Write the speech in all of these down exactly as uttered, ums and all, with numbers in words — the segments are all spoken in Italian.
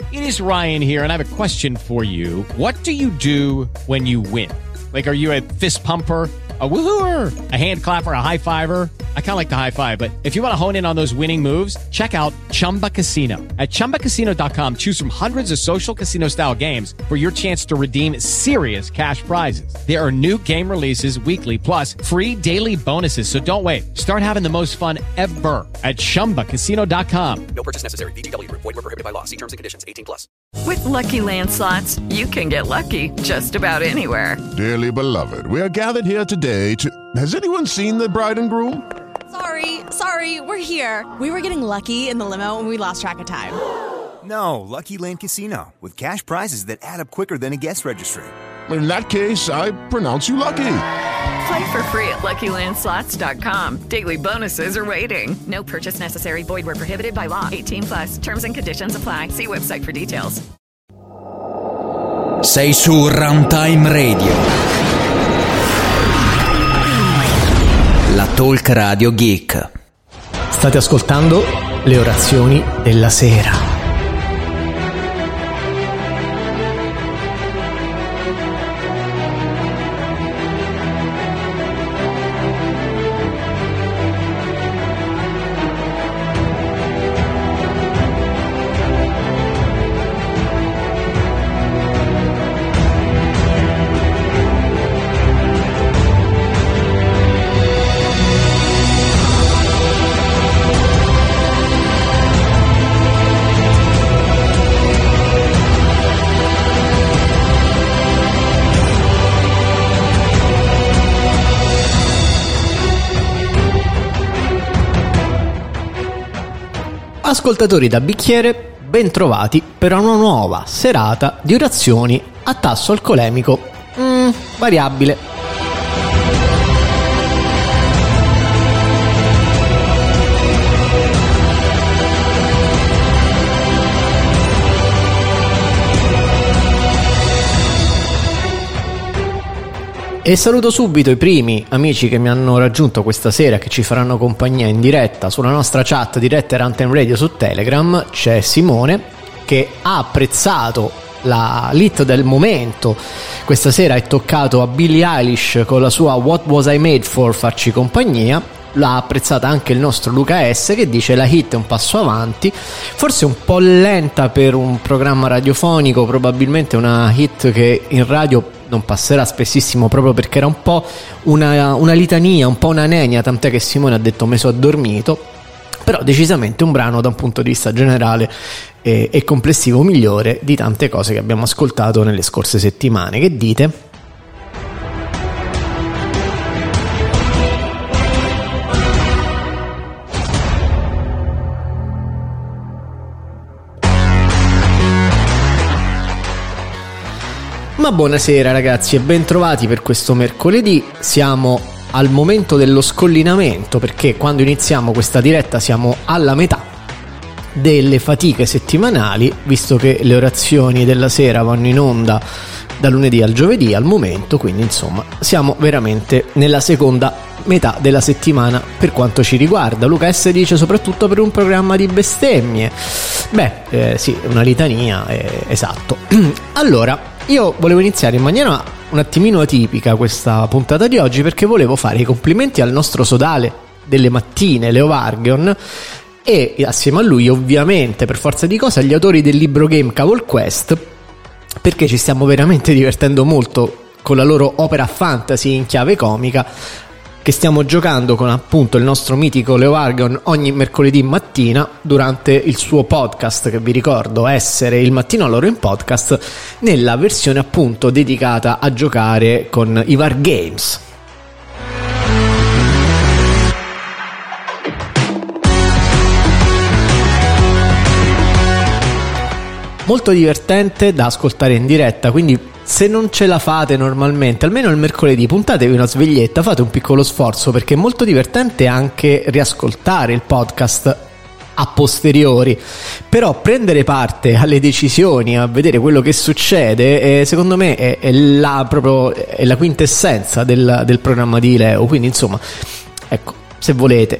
It is Ryan here, and I have a question for you. What do you do when you win? Like, are you a fist pumper, a woohooer, a hand clapper, a high fiver? I kind of like the high five, but if you want to hone in on those winning moves, check out Chumba Casino. At chumba casino dot com, choose from hundreds of social casino style games for your chance to redeem serious cash prizes. There are new game releases weekly, plus free daily bonuses. So don't wait. Start having the most fun ever at chumba casino dot com. No purchase necessary. V G W Group. Void where prohibited by law. See terms and conditions. eighteen plus. With Lucky Land Slots, you can get lucky just about anywhere. Dearly beloved, we are gathered here today to... Has anyone seen the bride and groom? Sorry, sorry, we're here. We were getting lucky in the limo and we lost track of time. No, Lucky Land Casino, with cash prizes that add up quicker than a guest registry. In that case, I pronounce you lucky. Play for free at lucky land slots dot com. Daily bonuses are waiting. No purchase necessary. Void where prohibited by law. eighteen plus. Terms and conditions apply. See website for details. Sei su Runtime Radio, la talk radio geek. State ascoltando le orazioni della sera. Ascoltatori da bicchiere, ben trovati per una nuova serata di orazioni a tasso alcolemico mm, variabile. E saluto subito i primi amici che mi hanno raggiunto questa sera, che ci faranno compagnia in diretta sulla nostra chat diretta Runtime Radio su Telegram. C'è Simone che ha apprezzato la hit del momento. Questa sera è toccato a Billie Eilish con la sua What Was I Made For farci compagnia. L'ha apprezzata anche il nostro Luca S, che dice la hit è un passo avanti, forse un po' lenta per un programma radiofonico, probabilmente una hit che in radio non passerà spessissimo proprio perché era un po' una, una litania, un po' una nenia, tant'è che Simone ha detto me so addormito, però decisamente un brano da un punto di vista generale e, e complessivo migliore di tante cose che abbiamo ascoltato nelle scorse settimane. Che dite? Ma buonasera ragazzi e ben trovati per questo mercoledì. Siamo al momento dello scollinamento, perché quando iniziamo questa diretta siamo alla metà delle fatiche settimanali, visto che le orazioni della sera vanno in onda da lunedì al giovedì al momento, quindi insomma siamo veramente nella seconda metà della settimana per quanto ci riguarda. Luca S dice soprattutto per un programma di bestemmie. Beh, eh, sì, una litania, eh, esatto. Allora, io volevo iniziare in maniera un attimino atipica questa puntata di oggi, perché volevo fare i complimenti al nostro sodale delle mattine, Leo Vargion, e assieme a lui ovviamente per forza di cose agli autori del libro game Cavol Quest, perché ci stiamo veramente divertendo molto con la loro opera fantasy in chiave comica che stiamo giocando con appunto il nostro mitico Leo Vargion ogni mercoledì mattina durante il suo podcast, che vi ricordo essere il mattino loro in podcast, nella versione appunto dedicata a giocare con i Wargames. Molto divertente da ascoltare in diretta, quindi se non ce la fate normalmente, almeno il mercoledì puntatevi una sveglietta, fate un piccolo sforzo, perché è molto divertente anche riascoltare il podcast a posteriori, però prendere parte alle decisioni, a vedere quello che succede, eh, secondo me è, è, la, proprio, è la quintessenza del, del programma di Leo. Quindi insomma, ecco, se volete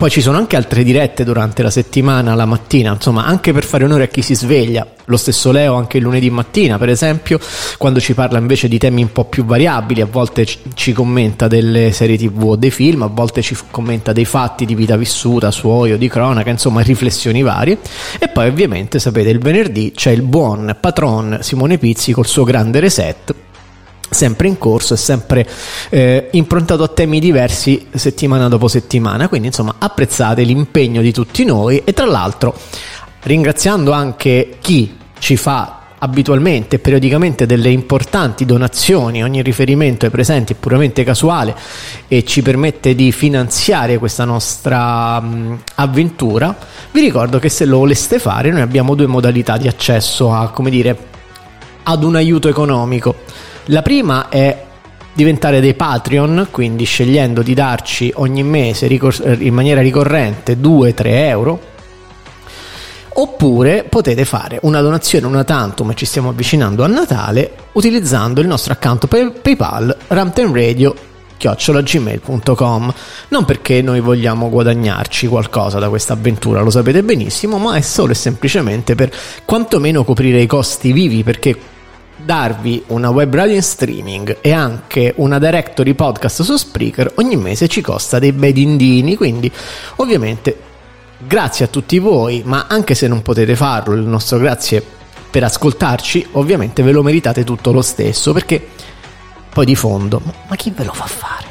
Poi ci sono anche altre dirette durante la settimana, la mattina, insomma, anche per fare onore a chi si sveglia. Lo stesso Leo anche il lunedì mattina, per esempio, quando ci parla invece di temi un po' più variabili, a volte ci commenta delle serie tv o dei film, a volte ci commenta dei fatti di vita vissuta, suoi o di cronaca, insomma riflessioni varie. E poi ovviamente sapete, il venerdì c'è il buon patron Simone Pizzi col suo grande reset, sempre in corso e sempre eh, improntato a temi diversi settimana dopo settimana. Quindi insomma apprezzate l'impegno di tutti noi, e tra l'altro ringraziando anche chi ci fa abitualmente e periodicamente delle importanti donazioni. Ogni riferimento ai presenti è puramente casuale e ci permette di finanziare questa nostra mh, avventura. Vi ricordo che se lo voleste fare, noi abbiamo due modalità di accesso a, come dire, ad un aiuto economico. La prima è diventare dei Patreon, quindi scegliendo di darci ogni mese ricor- in maniera ricorrente due tre euro, oppure potete fare una donazione una tantum, e ci stiamo avvicinando a Natale, utilizzando il nostro account pay- PayPal runtime-radio chiocciola gmail punto com. Non perché noi vogliamo guadagnarci qualcosa da questa avventura, lo sapete benissimo, ma è solo e semplicemente per quantomeno coprire i costi vivi, perché darvi una web radio in streaming e anche una directory podcast su Spreaker ogni mese ci costa dei bei dindini. Quindi ovviamente grazie a tutti voi, ma anche se non potete farlo, il nostro grazie per ascoltarci, ovviamente ve lo meritate tutto lo stesso, perché poi di fondo, ma chi ve lo fa fare?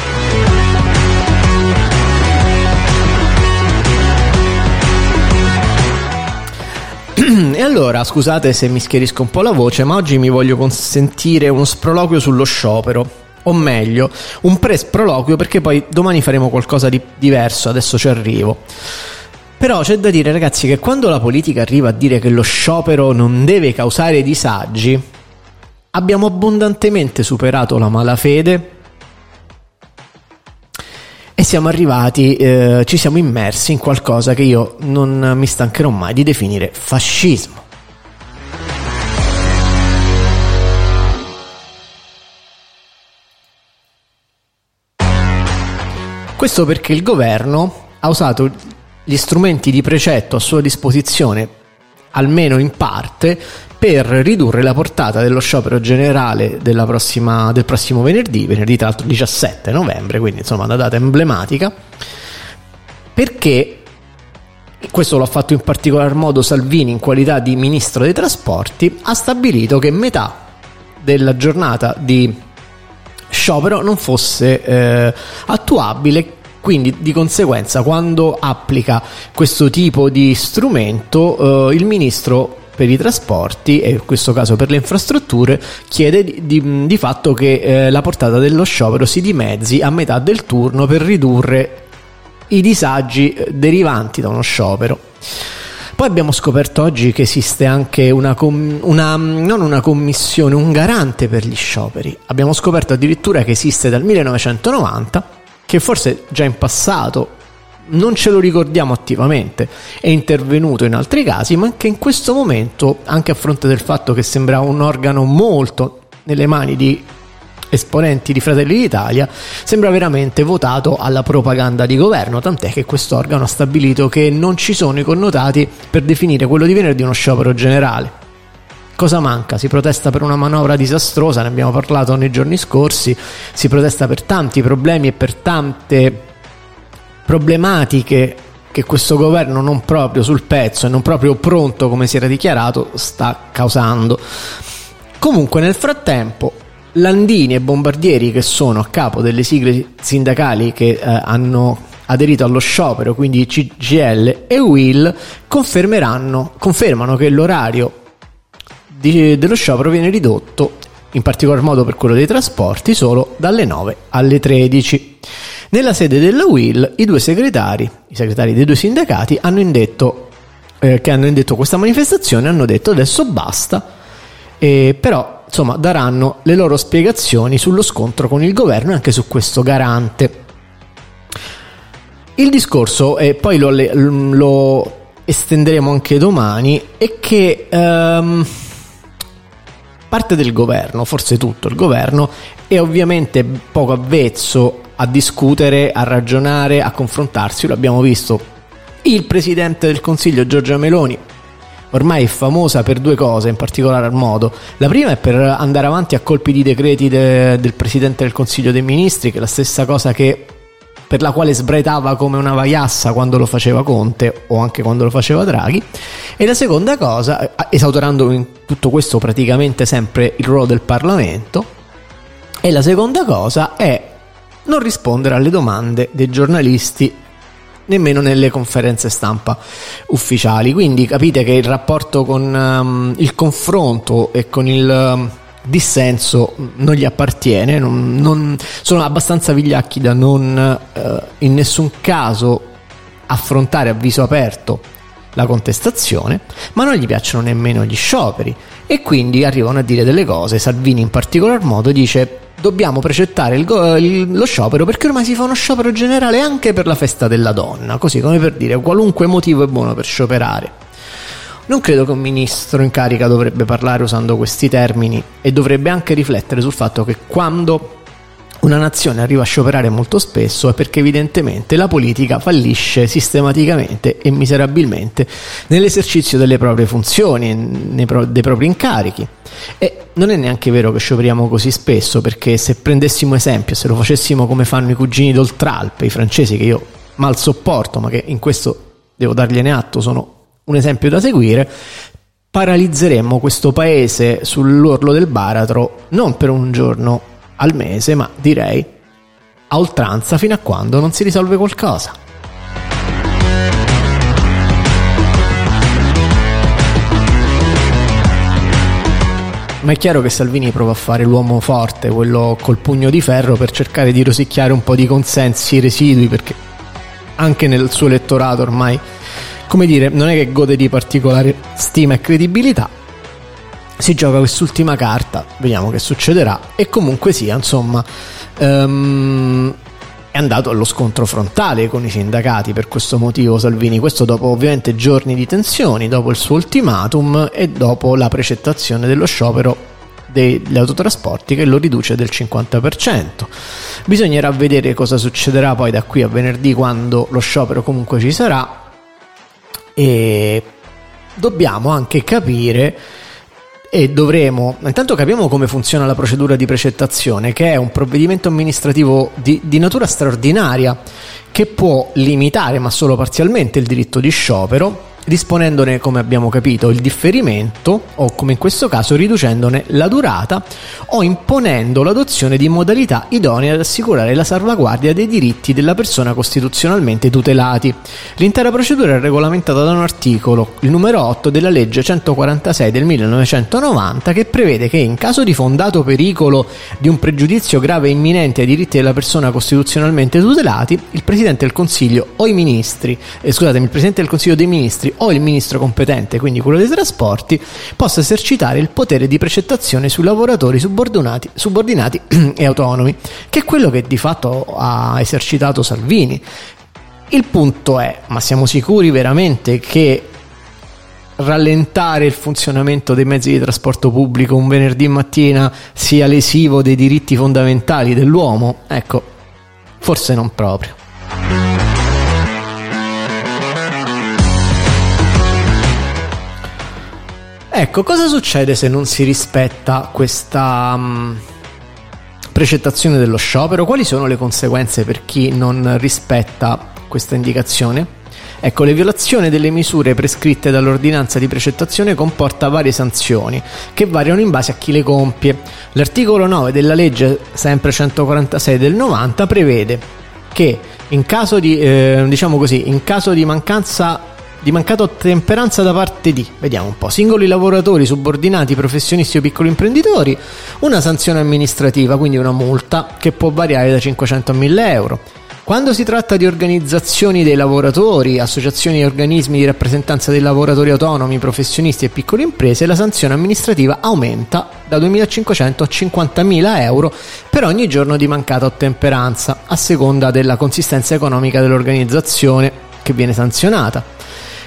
E allora, scusate se mi schierisco un po' la voce, ma oggi mi voglio consentire uno sproloquio sullo sciopero, o meglio, un pre-sproloquio, perché poi domani faremo qualcosa di diverso, adesso ci arrivo. Però c'è da dire, ragazzi, che quando la politica arriva a dire che lo sciopero non deve causare disagi, abbiamo abbondantemente superato la malafede e siamo arrivati, eh, ci siamo immersi in qualcosa che io non mi stancherò mai di definire fascismo. Questo perché il governo ha usato gli strumenti di precetto a sua disposizione, almeno in parte, per ridurre la portata dello sciopero generale della prossima, del prossimo venerdì, venerdì tra l'altro diciassette novembre, quindi insomma una data emblematica, perché questo l'ha fatto in particolar modo Salvini in qualità di ministro dei trasporti, ha stabilito che metà della giornata di sciopero non fosse eh, attuabile. Quindi di conseguenza, quando applica questo tipo di strumento, eh, il ministro per i trasporti, e in questo caso per le infrastrutture, chiede di, di, di fatto che eh, la portata dello sciopero si dimezzi a metà del turno per ridurre i disagi derivanti da uno sciopero. Poi abbiamo scoperto oggi che esiste anche una, com- una non una commissione, un garante per gli scioperi. Abbiamo scoperto addirittura che esiste dal millenovecentonovanta, che forse già in passato non ce lo ricordiamo attivamente, è intervenuto in altri casi, ma anche in questo momento, anche a fronte del fatto che sembra un organo molto nelle mani di esponenti di Fratelli d'Italia, sembra veramente votato alla propaganda di governo, tant'è che questo organo ha stabilito che non ci sono i connotati per definire quello di venerdì uno sciopero generale. Cosa manca? Si protesta per una manovra disastrosa, ne abbiamo parlato nei giorni scorsi, si protesta per tanti problemi e per tante problematiche che questo governo non proprio sul pezzo e non proprio pronto, come si era dichiarato, sta causando. Comunque nel frattempo Landini e Bombardieri, che sono a capo delle sigle sindacali che eh, hanno aderito allo sciopero, quindi C G I L e U I L, confermeranno, confermano che l'orario di, dello sciopero viene ridotto, in particolar modo per quello dei trasporti, solo dalle nove alle tredici. Nella sede della U I L i due segretari, i segretari dei due sindacati, hanno indetto eh, che hanno indetto questa manifestazione, hanno detto adesso basta, eh, però insomma daranno le loro spiegazioni sullo scontro con il governo e anche su questo garante. Il discorso, e poi lo, lo estenderemo anche domani, è che ehm, parte del governo, forse tutto il governo, è ovviamente poco avvezzo a discutere, a ragionare, a confrontarsi. Lo abbiamo visto, il Presidente del Consiglio Giorgia Meloni ormai è famosa per due cose in particolar modo. La prima è per andare avanti a colpi di decreti de, del Presidente del Consiglio dei Ministri, che è la stessa cosa che per la quale sbraitava come una vaiassa quando lo faceva Conte o anche quando lo faceva Draghi. E la seconda cosa, esautorando in tutto questo praticamente sempre il ruolo del Parlamento, e la seconda cosa è non rispondere alle domande dei giornalisti nemmeno nelle conferenze stampa ufficiali. Quindi capite che il rapporto con um, il confronto e con il um, dissenso non gli appartiene, non, non, sono abbastanza vigliacchi da non uh, in nessun caso affrontare a viso aperto la contestazione, ma non gli piacciono nemmeno gli scioperi e quindi arrivano a dire delle cose. Salvini in particolar modo dice: dobbiamo precettare il go- il, lo sciopero perché ormai si fa uno sciopero generale anche per la festa della donna, così come per dire qualunque motivo è buono per scioperare. Non credo che un ministro in carica dovrebbe parlare usando questi termini e dovrebbe anche riflettere sul fatto che quando una nazione arriva a scioperare molto spesso è perché evidentemente la politica fallisce sistematicamente e miserabilmente nell'esercizio delle proprie funzioni, nei pro- dei propri incarichi. E non è neanche vero che scioperiamo così spesso, perché se prendessimo esempio, se lo facessimo come fanno i cugini d'Oltralpe, i francesi, che io mal sopporto ma che in questo devo dargliene atto, sono un esempio da seguire, paralizzeremmo questo paese sull'orlo del baratro non per un giorno al mese, ma direi a oltranza fino a quando non si risolve qualcosa. Ma è chiaro che Salvini prova a fare l'uomo forte, quello col pugno di ferro, per cercare di rosicchiare un po' di consensi residui, perché anche nel suo elettorato ormai, come dire, non è che gode di particolare stima e credibilità. Si gioca quest'ultima carta, vediamo che succederà, e comunque sia, insomma, um, è andato allo scontro frontale con i sindacati per questo motivo Salvini, questo dopo ovviamente giorni di tensioni, dopo il suo ultimatum e dopo la precettazione dello sciopero degli autotrasporti che lo riduce del cinquanta per cento. Bisognerà vedere cosa succederà poi da qui a venerdì, quando lo sciopero comunque ci sarà, e dobbiamo anche capire e dovremo, intanto capiamo come funziona la procedura di precettazione, che è un provvedimento amministrativo di, di natura straordinaria che può limitare, ma solo parzialmente, il diritto di sciopero, disponendone, come abbiamo capito, il differimento, o come in questo caso riducendone la durata, o imponendo l'adozione di modalità idonee ad assicurare la salvaguardia dei diritti della persona costituzionalmente tutelati. L'intera procedura è regolamentata da un articolo, il numero otto della legge centoquarantasei del millenovecentonovanta, che prevede che in caso di fondato pericolo di un pregiudizio grave e imminente ai diritti della persona costituzionalmente tutelati, il Presidente del Consiglio o i ministri, eh, scusatemi, il Presidente del Consiglio dei Ministri o il ministro competente, quindi quello dei trasporti, possa esercitare il potere di precettazione sui lavoratori subordinati, subordinati e autonomi, che è quello che di fatto ha esercitato Salvini. Il punto è: ma siamo sicuri veramente che rallentare il funzionamento dei mezzi di trasporto pubblico un venerdì mattina sia lesivo dei diritti fondamentali dell'uomo? Ecco, forse non proprio. Ecco, cosa succede se non si rispetta questa um, precettazione dello sciopero? Quali sono le conseguenze per chi non rispetta questa indicazione? Ecco, le violazioni delle misure prescritte dall'ordinanza di precettazione comporta varie sanzioni che variano in base a chi le compie. L'articolo nove della legge, sempre centoquarantasei del novanta, prevede che in caso di, eh, diciamo così, in caso di mancanza di mancata ottemperanza da parte di, vediamo un po', singoli lavoratori, subordinati, professionisti o piccoli imprenditori, una sanzione amministrativa, quindi una multa che può variare da cinquecento a mille euro. Quando si tratta di organizzazioni dei lavoratori, associazioni e organismi di rappresentanza dei lavoratori autonomi, professionisti e piccole imprese, la sanzione amministrativa aumenta da duemilacinquecento a cinquantamila euro per ogni giorno di mancata ottemperanza, a seconda della consistenza economica dell'organizzazione che viene sanzionata.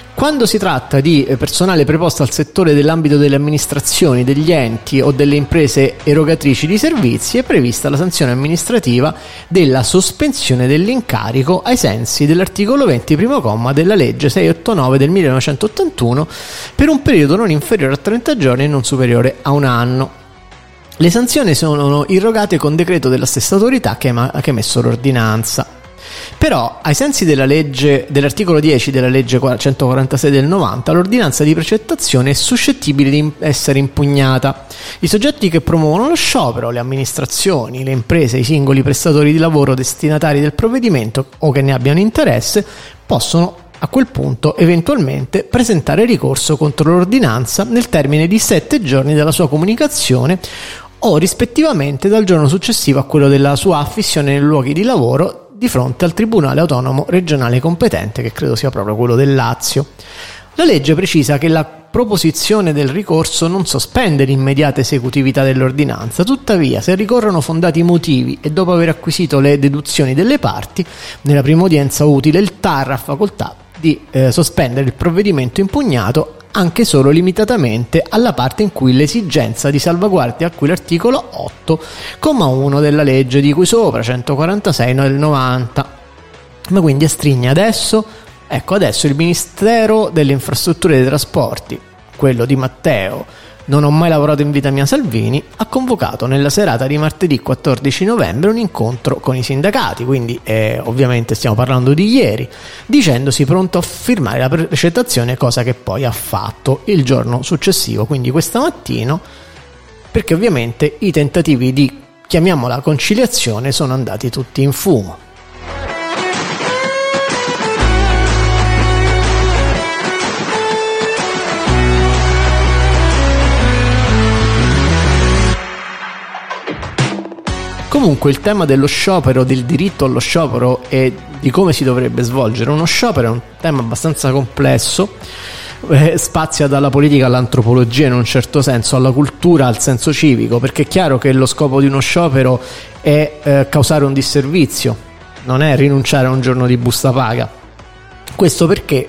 Quando si tratta di personale preposto al settore dell'ambito delle amministrazioni, degli enti o delle imprese erogatrici di servizi, è prevista la sanzione amministrativa della sospensione dell'incarico ai sensi dell'articolo venti primo comma della legge seicentottantanove del millenovecentottantuno per un periodo non inferiore a trenta giorni e non superiore a un anno. Le sanzioni sono irrogate con decreto della stessa autorità che ha emesso l'ordinanza. Però, ai sensi della legge, dell'articolo dieci della legge centoquarantasei del novanta, l'ordinanza di precettazione è suscettibile di essere impugnata. I soggetti che promuovono lo sciopero, le amministrazioni, le imprese, i singoli prestatori di lavoro destinatari del provvedimento o che ne abbiano interesse, possono a quel punto eventualmente presentare ricorso contro l'ordinanza nel termine di sette giorni dalla sua comunicazione o rispettivamente dal giorno successivo a quello della sua affissione nei luoghi di lavoro di fronte al Tribunale Autonomo Regionale competente, che credo sia proprio quello del Lazio. La legge precisa che la proposizione del ricorso non sospende l'immediata esecutività dell'ordinanza, tuttavia se ricorrono fondati motivi e dopo aver acquisito le deduzioni delle parti, nella prima udienza utile il T A R ha facoltà di eh, sospendere il provvedimento impugnato anche solo limitatamente alla parte in cui l'esigenza di salvaguardia a cui l'articolo otto comma uno della legge di cui sopra, centoquarantasei del novanta. Ma quindi astrigne adesso? Ecco, adesso il Ministero delle Infrastrutture e dei Trasporti, quello di Matteo, non ho mai lavorato in vita mia Salvini, ha convocato nella serata di martedì quattordici novembre un incontro con i sindacati, quindi eh, ovviamente stiamo parlando di ieri, dicendosi pronto a firmare la precettazione, cosa che poi ha fatto il giorno successivo, quindi questa mattina, perché ovviamente i tentativi di, chiamiamola, conciliazione sono andati tutti in fumo. Comunque il tema dello sciopero, del diritto allo sciopero e di come si dovrebbe svolgere uno sciopero è un tema abbastanza complesso, eh, spazia dalla politica all'antropologia in un certo senso, alla cultura, al senso civico, perché è chiaro che lo scopo di uno sciopero è eh, causare un disservizio, non è rinunciare a un giorno di busta paga. Questo perché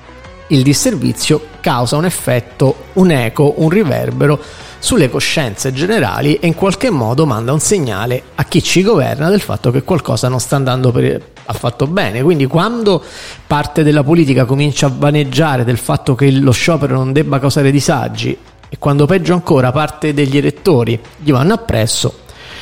il disservizio causa un effetto, un eco, un riverbero sulle coscienze generali e in qualche modo manda un segnale a chi ci governa del fatto che qualcosa non sta andando per, affatto bene. Quindi quando parte della politica comincia a vaneggiare del fatto che lo sciopero non debba causare disagi e quando peggio ancora parte degli elettori gli vanno appresso,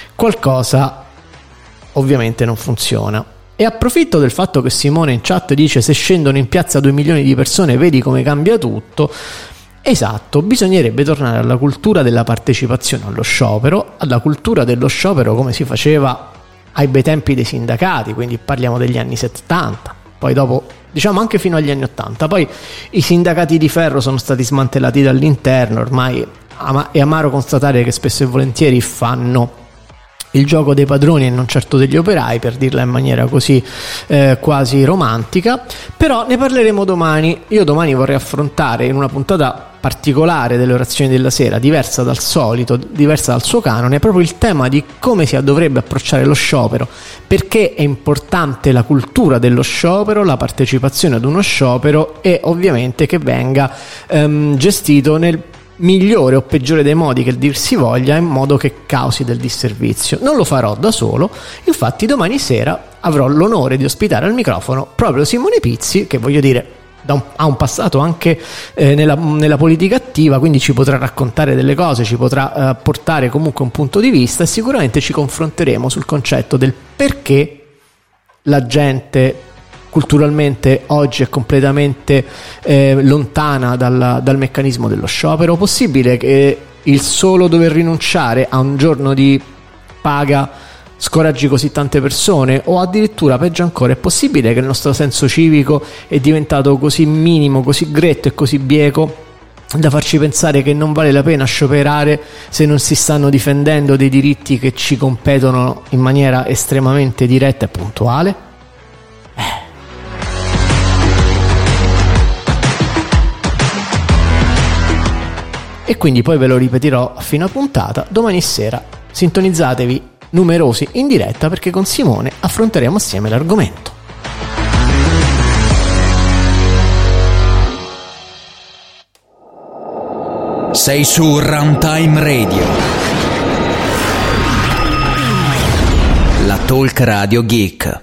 qualcosa ovviamente non funziona. E approfitto del fatto che Simone in chat dice: se scendono in piazza due milioni di persone vedi come cambia tutto. Esatto, bisognerebbe tornare alla cultura della partecipazione allo sciopero, alla cultura dello sciopero come si faceva ai bei tempi dei sindacati, quindi parliamo degli anni settanta, poi dopo diciamo anche fino agli anni ottanta, poi i sindacati di ferro sono stati smantellati dall'interno, ormai è amaro constatare che spesso e volentieri fanno il gioco dei padroni e non certo degli operai, per dirla in maniera così eh, quasi romantica, però ne parleremo domani. Io domani vorrei affrontare in una puntata particolare delle orazioni della sera, diversa dal solito, diversa dal suo canone, proprio il tema di come si dovrebbe approcciare lo sciopero, perché è importante la cultura dello sciopero, la partecipazione ad uno sciopero e ovviamente che venga ehm, gestito nel migliore o peggiore dei modi che dir si voglia, in modo che causi del disservizio. Non lo farò da solo, infatti domani sera avrò l'onore di ospitare al microfono proprio Simone Pizzi, che voglio dire da un, ha un passato anche eh, nella, nella politica attiva, quindi ci potrà raccontare delle cose, ci potrà eh, portare comunque un punto di vista e sicuramente ci confronteremo sul concetto del perché la gente culturalmente oggi è completamente eh, lontana dal, dal meccanismo dello sciopero. Possibile che il solo dover rinunciare a un giorno di paga scoraggi così tante persone? O addirittura, peggio ancora, è possibile che il nostro senso civico è diventato così minimo, così gretto e così bieco da farci pensare che non vale la pena scioperare se non si stanno difendendo dei diritti che ci competono in maniera estremamente diretta e puntuale? Eh E quindi poi ve lo ripeterò a fine puntata. Domani sera sintonizzatevi numerosi in diretta, perché con Simone affronteremo assieme l'argomento. Sei su Runtime Radio, la talk radio geek.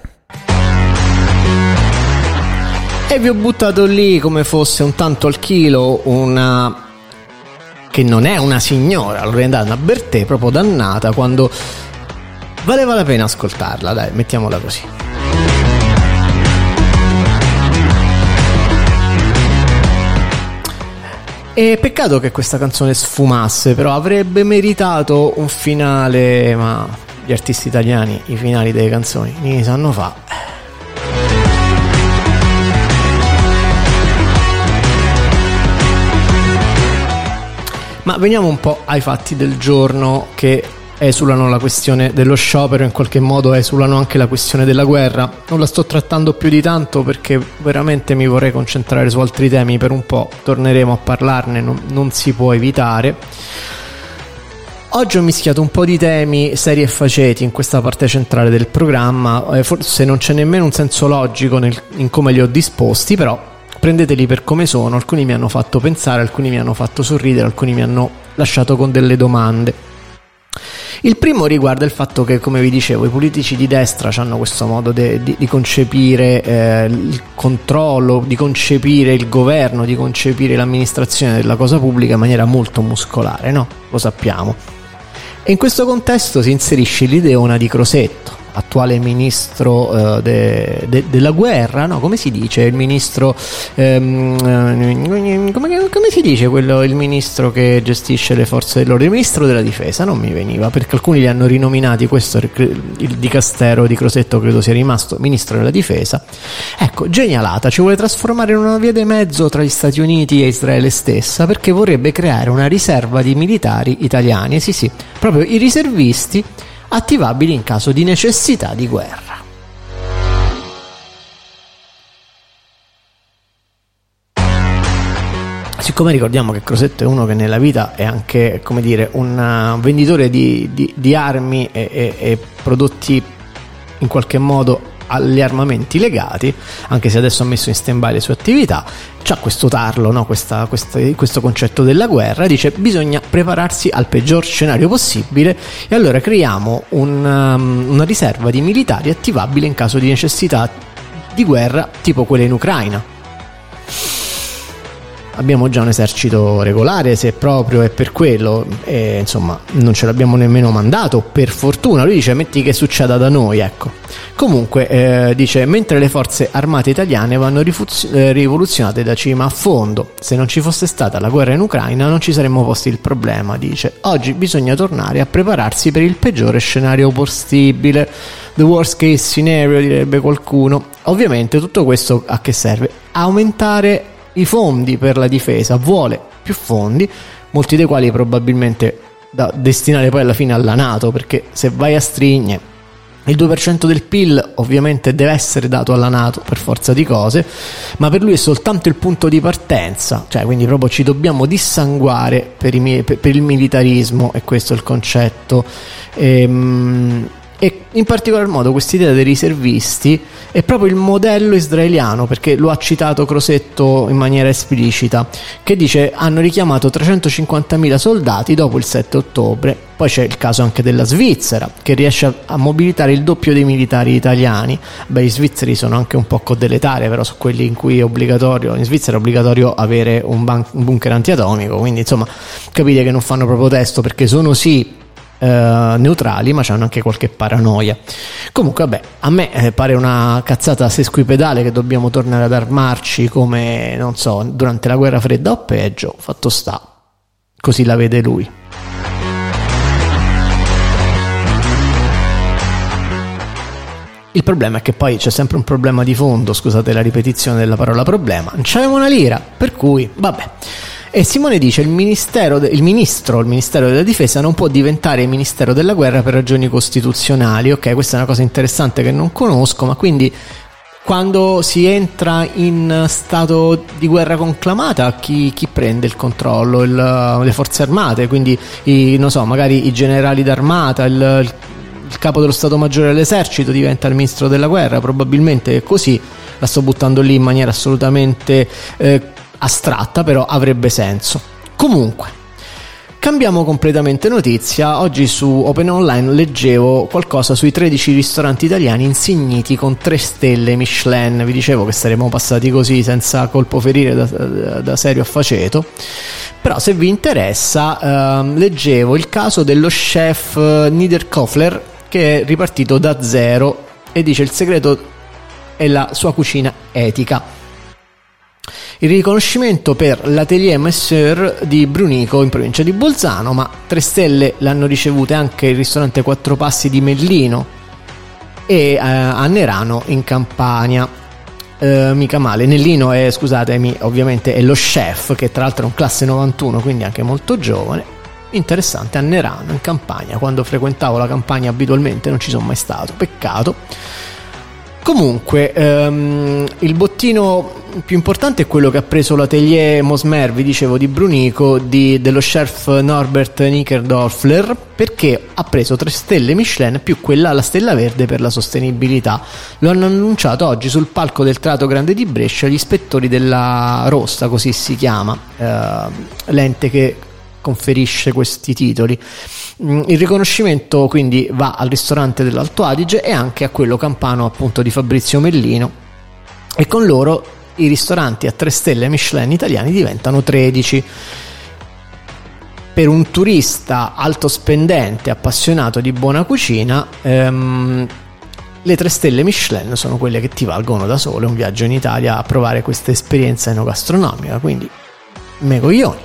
E vi ho buttato lì come fosse un tanto al chilo una che non è una signora, Loredana Bertè, proprio dannata, quando valeva la pena ascoltarla, dai, mettiamola così. E peccato che questa canzone sfumasse, però avrebbe meritato un finale, ma gli artisti italiani i finali delle canzoni li sanno fa. Ma veniamo un po' ai fatti del giorno, che esulano la questione dello sciopero, in qualche modo esulano anche la questione della guerra. Non la sto trattando più di tanto perché veramente mi vorrei concentrare su altri temi per un po', torneremo a parlarne, non, non si può evitare. Oggi ho mischiato un po' di temi seri e faceti in questa parte centrale del programma, eh, forse non c'è nemmeno un senso logico nel, in come li ho disposti, però prendeteli per come sono. Alcuni mi hanno fatto pensare, alcuni mi hanno fatto sorridere, alcuni mi hanno lasciato con delle domande. Il primo riguarda il fatto che, come vi dicevo, i politici di destra hanno questo modo de, di, di concepire eh, il controllo, di concepire il governo, di concepire l'amministrazione della cosa pubblica in maniera molto muscolare, no? Lo sappiamo. E in questo contesto si inserisce l'ideona di Crosetto, attuale ministro eh, de, de, della guerra, no? Come si dice? Il ministro ehm, come, come si dice quello, il ministro che gestisce le forze dell'ordine? Il ministro della difesa, non mi veniva, perché alcuni li hanno rinominati, questo il dicastero di Crosetto credo sia rimasto ministro della difesa. Ecco, genialata, ci vuole trasformare in una via di mezzo tra gli Stati Uniti e Israele stessa, perché vorrebbe creare una riserva di militari italiani, sì sì, proprio i riservisti attivabili in caso di necessità di guerra. Siccome ricordiamo che Crosetto è uno che nella vita è anche, come dire, un venditore di, di, di armi e, e, e prodotti in qualche modo agli armamenti legati, anche se adesso ha messo in stand-by le sue attività, c'ha questo tarlo, no? Questa, questa, questo concetto della guerra, dice bisogna prepararsi al peggior scenario possibile e allora creiamo un, um, una riserva di militari attivabile in caso di necessità di guerra, tipo quella in Ucraina. Abbiamo già un esercito regolare, se proprio è per quello, e insomma non ce l'abbiamo nemmeno mandato, per fortuna. Lui dice metti che succeda da noi, ecco. Comunque eh, dice mentre le forze armate italiane vanno rifuz- eh, rivoluzionate da cima a fondo, se non ci fosse stata la guerra in Ucraina non ci saremmo posti il problema, dice. Oggi bisogna tornare a prepararsi per il peggiore scenario possibile, the worst case scenario, direbbe qualcuno. Ovviamente tutto questo a che serve? Aumentare i fondi per la difesa, vuole più fondi, molti dei quali probabilmente da destinare poi alla fine alla NATO, perché se vai a strigne il due per cento del P I L ovviamente deve essere dato alla NATO per forza di cose, ma per lui è soltanto il punto di partenza, cioè quindi proprio ci dobbiamo dissanguare per, i, per il militarismo, e questo è il concetto. Ehm, E in particolar modo quest'idea dei riservisti è proprio il modello israeliano, perché lo ha citato Crosetto in maniera esplicita, che dice hanno richiamato trecentocinquantamila soldati dopo il sette ottobre. Poi c'è il caso anche della Svizzera, che riesce a, a mobilitare il doppio dei militari italiani. Beh, gli svizzeri sono anche un po' codeletari, però su quelli in cui è obbligatorio, in Svizzera è obbligatorio avere un, ban- un bunker antiatomico, quindi insomma capite che non fanno proprio testo, perché sono sì Uh, neutrali, ma c'hanno anche qualche paranoia. Comunque vabbè, a me eh, pare una cazzata sesquipedale che dobbiamo tornare ad armarci come, non so, durante la guerra fredda o peggio. Fatto sta, così la vede lui. Il problema è che poi c'è sempre un problema di fondo, scusate la ripetizione della parola problema, non c'aveva una lira, per cui vabbè. E Simone dice il ministero de- il ministro il ministero della difesa non può diventare il ministero della guerra per ragioni costituzionali. Ok, questa è una cosa interessante che non conosco, ma quindi quando si entra in stato di guerra conclamata chi, chi prende il controllo? Il, le forze armate, quindi i, non so, magari i generali d'armata, il, il, il capo dello Stato Maggiore dell'Esercito diventa il ministro della guerra, probabilmente è così. La sto buttando lì in maniera assolutamente eh, astratta, però avrebbe senso. Comunque Cambiamo completamente notizia. Oggi su Open Online leggevo qualcosa sui tredici ristoranti italiani insigniti con tre stelle Michelin. Vi dicevo che saremmo passati così senza colpo ferire da, da, da serio a faceto. Però se vi interessa, ehm, leggevo il caso dello chef Niederkofler, che è ripartito da zero e dice il segreto è la sua cucina etica. Il riconoscimento per l'Atelier Messeur di Brunico in provincia di Bolzano, ma tre stelle l'hanno ricevute anche il ristorante Quattro Passi di Mellino e eh, a Nerano in Campania. Eh, mica male. Nellino è, scusatemi, ovviamente è lo chef, che tra l'altro è un classe novantuno, quindi anche molto giovane. Interessante. A Nerano in Campania, quando frequentavo la Campania abitualmente non ci sono mai stato, peccato. Comunque ehm, il bottino più importante è quello che ha preso l'Atelier Mosmer, vi dicevo, di Brunico, di, dello chef Norbert Nickerdorfler, perché ha preso tre stelle Michelin più quella alla stella verde per la sostenibilità. Lo hanno annunciato oggi sul palco del Teatro Grande di Brescia gli ispettori della Rosta, così si chiama eh, l'ente che conferisce questi titoli. Il riconoscimento quindi va al ristorante dell'Alto Adige e anche a quello campano, appunto, di Fabrizio Mellino, e con loro i ristoranti a tre stelle Michelin italiani diventano tredici. Per un turista alto spendente appassionato di buona cucina, ehm, le tre stelle Michelin sono quelle che ti valgono da sole un viaggio in Italia a provare questa esperienza enogastronomica, quindi me coglioni.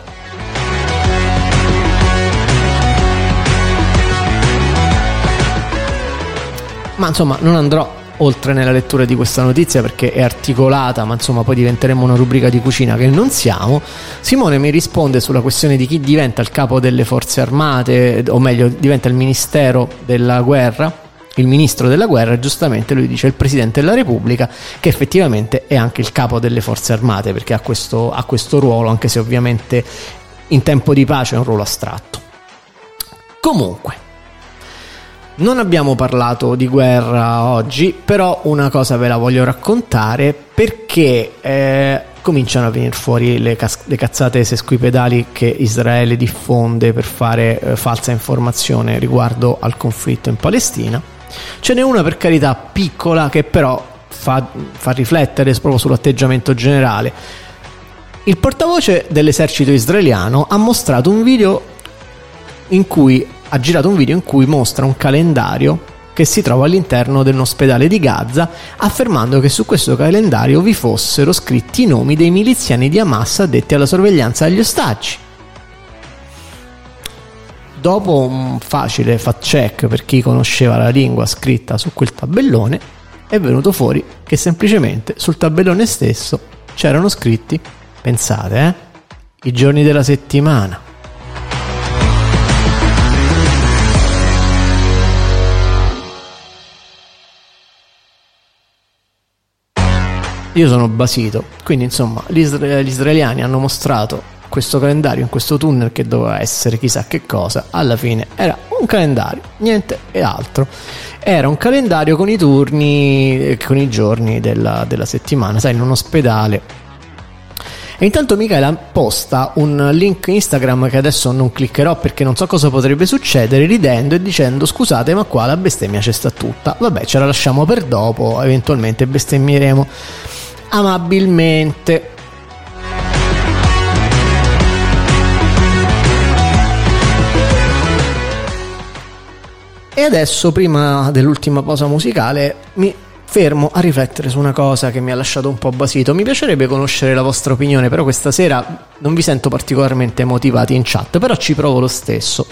Ma insomma non andrò oltre nella lettura di questa notizia perché è articolata, ma insomma poi diventeremo una rubrica di cucina che non siamo. Simone mi risponde sulla questione di chi diventa il capo delle forze armate, o meglio diventa il ministero della guerra, il ministro della guerra. Giustamente lui dice il Presidente della Repubblica, che effettivamente è anche il capo delle forze armate, perché ha questo, ha questo ruolo, anche se ovviamente in tempo di pace è un ruolo astratto. Comunque, non abbiamo parlato di guerra oggi, però una cosa ve la voglio raccontare, perché eh, cominciano a venire fuori le, cas- le cazzate sesquipedali che Israele diffonde per fare eh, falsa informazione riguardo al conflitto in Palestina. Ce n'è una, per carità, piccola, che però fa, fa riflettere proprio sull'atteggiamento generale. Il portavoce dell'esercito israeliano ha mostrato un video in cui ha girato un video in cui mostra un calendario che si trova all'interno dell'ospedale di Gaza, affermando che su questo calendario vi fossero scritti i nomi dei miliziani di Hamas addetti alla sorveglianza degli ostaggi. Dopo un facile fact check per chi conosceva la lingua scritta su quel tabellone, è venuto fuori che semplicemente sul tabellone stesso c'erano scritti, pensate, eh, i giorni della settimana. Io sono basito, quindi insomma gli, isra- gli israeliani hanno mostrato questo calendario in questo tunnel che doveva essere chissà che cosa. Alla fine era un calendario, niente e altro. Era un calendario con i turni, con i giorni della, della settimana, sai, in un ospedale. E intanto Michela posta un link Instagram che adesso non cliccherò perché non so cosa potrebbe succedere, ridendo e dicendo: scusate, ma qua la bestemmia c'è sta tutta. Vabbè, ce la lasciamo per dopo, eventualmente bestemmieremo amabilmente. E adesso, prima dell'ultima pausa musicale, mi fermo a riflettere su una cosa che mi ha lasciato un po' basito. Mi piacerebbe conoscere la vostra opinione, però questa sera non vi sento particolarmente motivati in chat, però ci provo lo stesso.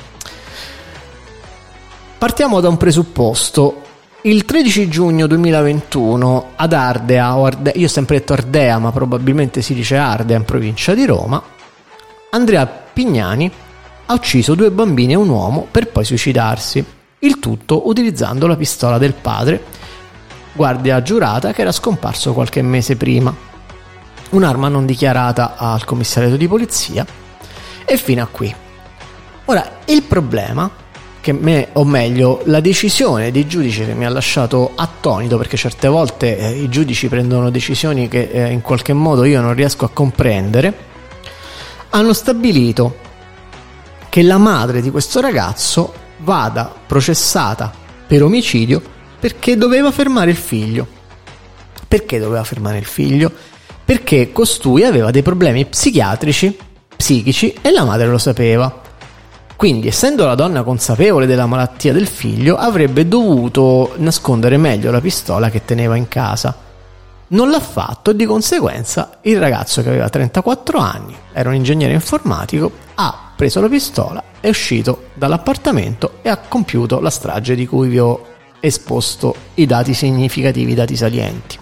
Partiamo da un presupposto. Il tredici giugno duemilaventuno ad Ardea, o Ardea, io ho sempre detto Ardea, ma probabilmente si dice Ardea, in provincia di Roma, Andrea Pignani ha ucciso due bambini e un uomo per poi suicidarsi. Il tutto utilizzando la pistola del padre, guardia giurata, che era scomparso qualche mese prima. Un'arma non dichiarata al commissariato di polizia. E fino a qui. Ora, il problema, che me, o meglio, la decisione dei giudici che mi ha lasciato attonito, perché certe volte eh, i giudici prendono decisioni che eh, in qualche modo io non riesco a comprendere, hanno stabilito che la madre di questo ragazzo vada processata per omicidio perché doveva fermare il figlio. Perché doveva fermare il figlio? Perché costui aveva dei problemi psichiatrici, psichici, e la madre lo sapeva. Quindi, essendo la donna consapevole della malattia del figlio, avrebbe dovuto nascondere meglio la pistola che teneva in casa. Non l'ha fatto e di conseguenza il ragazzo, che aveva trentaquattro anni, era un ingegnere informatico, ha preso la pistola, è uscito dall'appartamento e ha compiuto la strage di cui vi ho esposto i dati significativi, i dati salienti.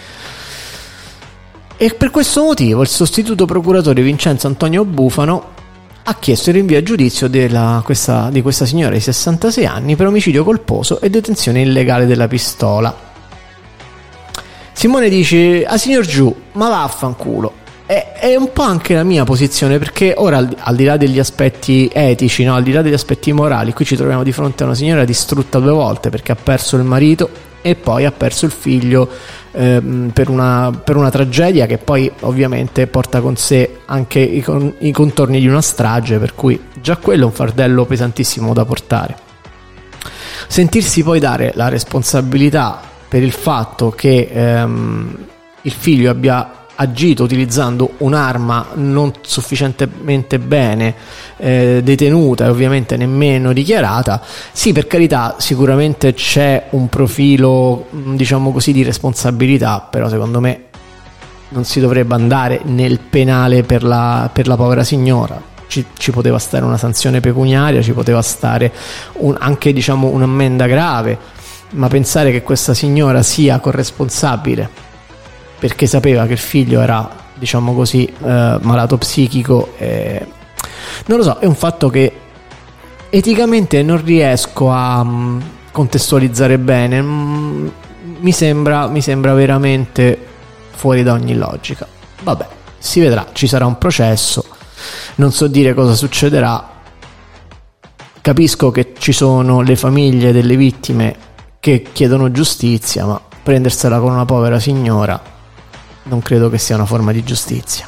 E per questo motivo il sostituto procuratore Vincenzo Antonio Bufano ha chiesto il rinvio a giudizio della, questa, di questa signora di sessantasei anni per omicidio colposo e detenzione illegale della pistola. Simone dice: a signor Giù, ma vaffanculo. È, è un po' anche la mia posizione, perché ora, al, al di là degli aspetti etici, no, al di là degli aspetti morali, qui ci troviamo di fronte a una signora distrutta due volte, perché ha perso il marito e poi ha perso il figlio ehm, per, una, per una tragedia che poi ovviamente porta con sé anche i, con, i contorni di una strage, per cui già quello è un fardello pesantissimo da portare. Sentirsi poi dare la responsabilità per il fatto che ehm, il figlio abbia agito utilizzando un'arma non sufficientemente bene eh, detenuta e ovviamente nemmeno dichiarata, sì, per carità, sicuramente c'è un profilo, diciamo così, di responsabilità, però secondo me non si dovrebbe andare nel penale per la, per la povera signora. Ci, ci poteva stare una sanzione pecuniaria, ci poteva stare un, anche, diciamo, un'ammenda grave, ma pensare che questa signora sia corresponsabile perché sapeva che il figlio era, diciamo così, eh, malato psichico, eh, non lo so, è un fatto che eticamente non riesco a mh, contestualizzare bene. mh, mi sembra, mi sembra veramente fuori da ogni logica. Vabbè, si vedrà, ci sarà un processo, non so dire cosa succederà. Capisco che ci sono le famiglie delle vittime che chiedono giustizia, ma prendersela con una povera signora non credo che sia una forma di giustizia.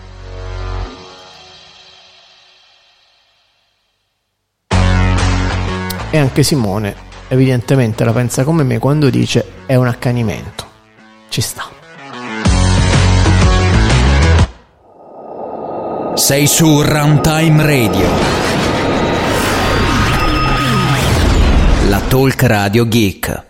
E anche Simone evidentemente la pensa come me quando dice è un accanimento. Ci sta. Sei su Runtime Radio, la talk radio geek.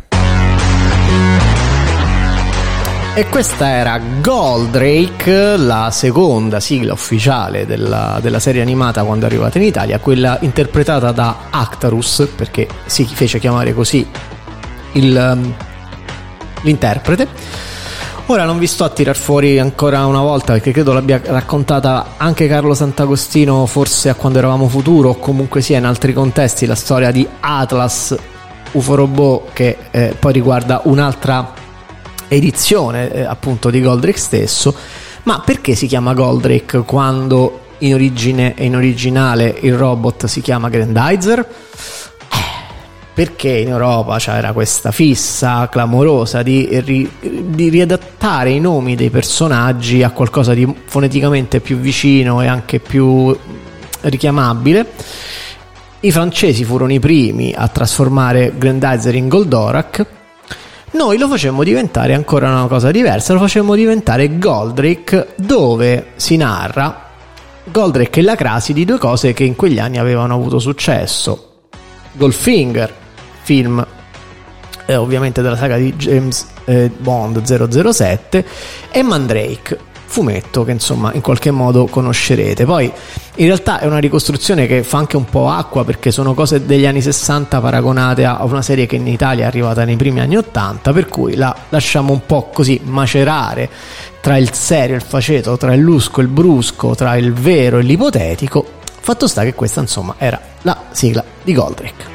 E questa era Goldrake, la seconda sigla ufficiale della, della serie animata quando è arrivata in Italia, quella interpretata da Actarus, perché si fece chiamare così il, l'interprete. Ora non vi sto a tirar fuori ancora una volta, perché credo l'abbia raccontata anche Carlo Sant'Agostino, forse a Quando eravamo futuro, o comunque sia in altri contesti, la storia di Atlas Uforobot, che eh, poi riguarda un'altra edizione eh, appunto di Goldrake stesso. Ma perché si chiama Goldrake quando in origine e in originale il robot si chiama Grandizer? Eh, perché in Europa c'era questa fissa clamorosa di, ri, di riadattare i nomi dei personaggi a qualcosa di foneticamente più vicino e anche più richiamabile. I francesi furono i primi a trasformare Grandizer in Goldorak. Noi lo facemmo diventare ancora una cosa diversa, lo facemmo diventare Goldrake, dove si narra Goldrake e la crasi di due cose che in quegli anni avevano avuto successo: Goldfinger, film eh, ovviamente della saga di James eh, Bond zero zero sette, e Mandrake, fumetto che insomma in qualche modo conoscerete. Poi in realtà è una ricostruzione che fa anche un po' acqua, perché sono cose degli anni sessanta paragonate a una serie che in Italia è arrivata nei primi anni ottanta, per cui la lasciamo un po' così macerare tra il serio e il faceto, tra il lusco e il brusco, tra il vero e l'ipotetico. Fatto sta che questa insomma era la sigla di Goldrake.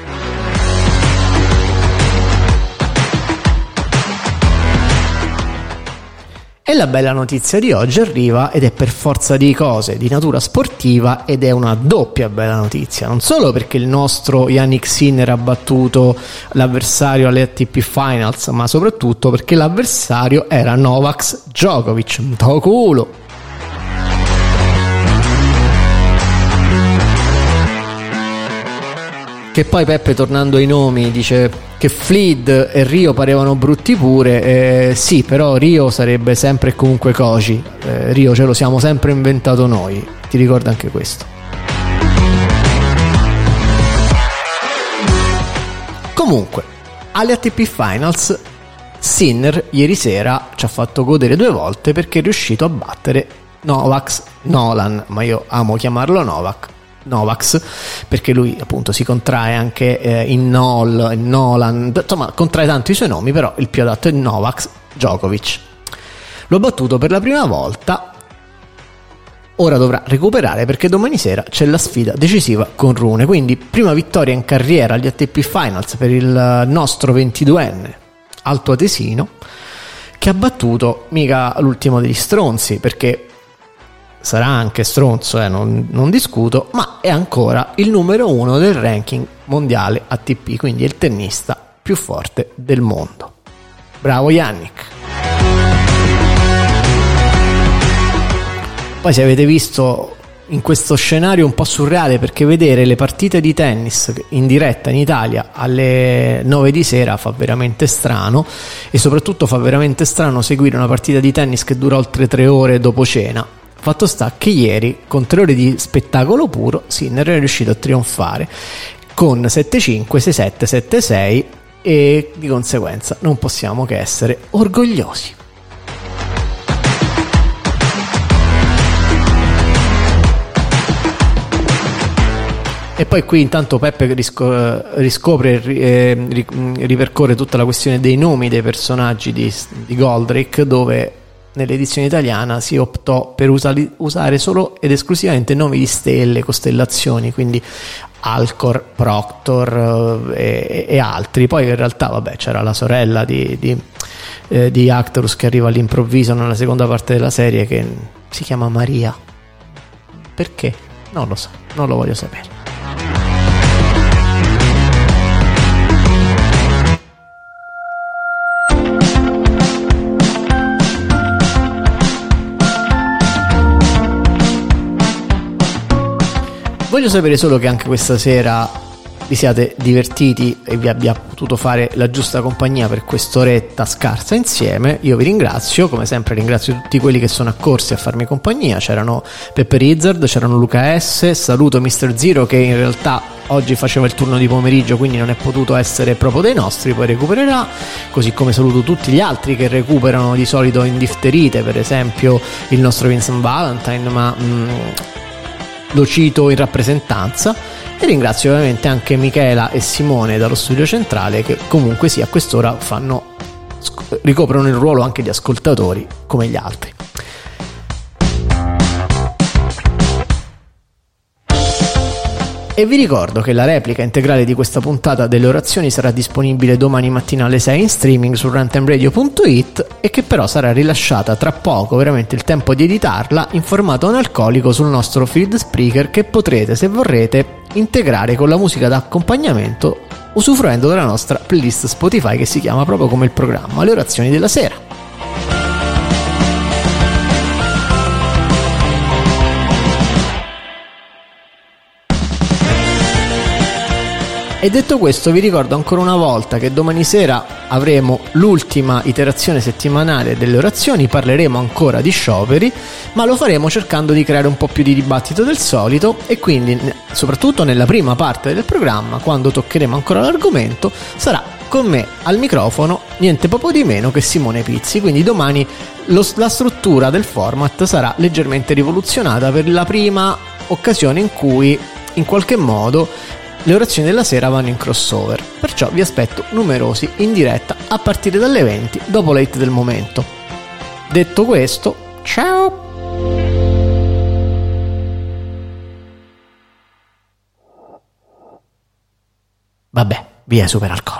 E la bella notizia di oggi arriva, ed è per forza di cose di natura sportiva, ed è una doppia bella notizia. Non solo perché il nostro Yannick Sinner ha battuto l'avversario alle A T P Finals, ma soprattutto perché l'avversario era Novak Djokovic. Mto culo! Che poi Peppe, tornando ai nomi, dice che Fleed e Rio parevano brutti pure. Eh, sì, però Rio sarebbe sempre e comunque Koji. Eh, Rio ce lo siamo sempre inventato noi. Ti ricordo anche questo. Comunque, alle A T P Finals, Sinner ieri sera ci ha fatto godere due volte perché è riuscito a battere Novak Nolan, ma io amo chiamarlo Novak Novak perché lui appunto si contrae anche eh, in Nol, in Nolan, insomma contrae tanto i suoi nomi, però il più adatto è Novak Djokovic. L'ho battuto per la prima volta, ora dovrà recuperare perché domani sera c'è la sfida decisiva con Rune, quindi prima vittoria in carriera agli A T P Finals per il nostro ventiduenne altoatesino, che ha battuto mica l'ultimo degli stronzi, perché sarà anche stronzo, eh, non, non discuto, ma è ancora il numero uno del ranking mondiale A T P, quindi è il tennista più forte del mondo. Bravo Yannick. Poi, se avete visto in questo scenario un po' surreale, perché vedere le partite di tennis in diretta in Italia alle nove di sera fa veramente strano, e soprattutto fa veramente strano seguire una partita di tennis che dura oltre tre ore dopo cena. Fatto sta che ieri, con tre ore di spettacolo puro, Sinner è riuscito a trionfare con sette cinque, sei sette, sette sei, e di conseguenza non possiamo che essere orgogliosi. E poi qui intanto Peppe riscopre e ripercorre tutta la questione dei nomi dei personaggi di, di Goldrake, dove nell'edizione italiana si optò per usali, usare solo ed esclusivamente nomi di stelle, costellazioni, quindi Alcor, Proctor e, e altri. Poi in realtà vabbè, c'era la sorella di, di, eh, di Actarus che arriva all'improvviso nella seconda parte della serie, che si chiama Maria. Perché? Non lo so, non lo voglio sapere. Voglio sapere solo che anche questa sera vi siate divertiti e vi abbia potuto fare la giusta compagnia per quest'oretta scarsa insieme. Io vi ringrazio, come sempre ringrazio tutti quelli che sono accorsi a farmi compagnia. C'erano Pepper Izzard, c'erano Luca S, saluto mister Zero che in realtà oggi faceva il turno di pomeriggio, quindi non è potuto essere proprio dei nostri, poi recupererà, così come saluto tutti gli altri che recuperano di solito in difterite, per esempio il nostro Vincent Valentine, ma... Mm, lo cito in rappresentanza, e ringrazio ovviamente anche Michela e Simone dallo studio centrale, che comunque sì, a quest'ora fanno, ricoprono il ruolo anche di ascoltatori come gli altri. E vi ricordo che la replica integrale di questa puntata delle orazioni sarà disponibile domani mattina alle sei in streaming su runtimeradio punto it, e che però sarà rilasciata tra poco, veramente il tempo di editarla, in formato analcolico sul nostro feed Spreaker, che potrete, se vorrete, integrare con la musica d'accompagnamento usufruendo della nostra playlist Spotify, che si chiama proprio come il programma, Le orazioni della sera. E detto questo, vi ricordo ancora una volta che domani sera avremo l'ultima iterazione settimanale delle orazioni, parleremo ancora di scioperi, ma lo faremo cercando di creare un po' più di dibattito del solito, e quindi soprattutto nella prima parte del programma, quando toccheremo ancora l'argomento, sarà con me al microfono niente poco di meno che Simone Pizzi. Quindi domani lo, la struttura del format sarà leggermente rivoluzionata per la prima occasione in cui in qualche modo le orazioni della sera vanno in crossover, perciò vi aspetto numerosi in diretta a partire dalle venti, dopo le hit del momento. Detto questo, ciao! Vabbè, via super alcolici.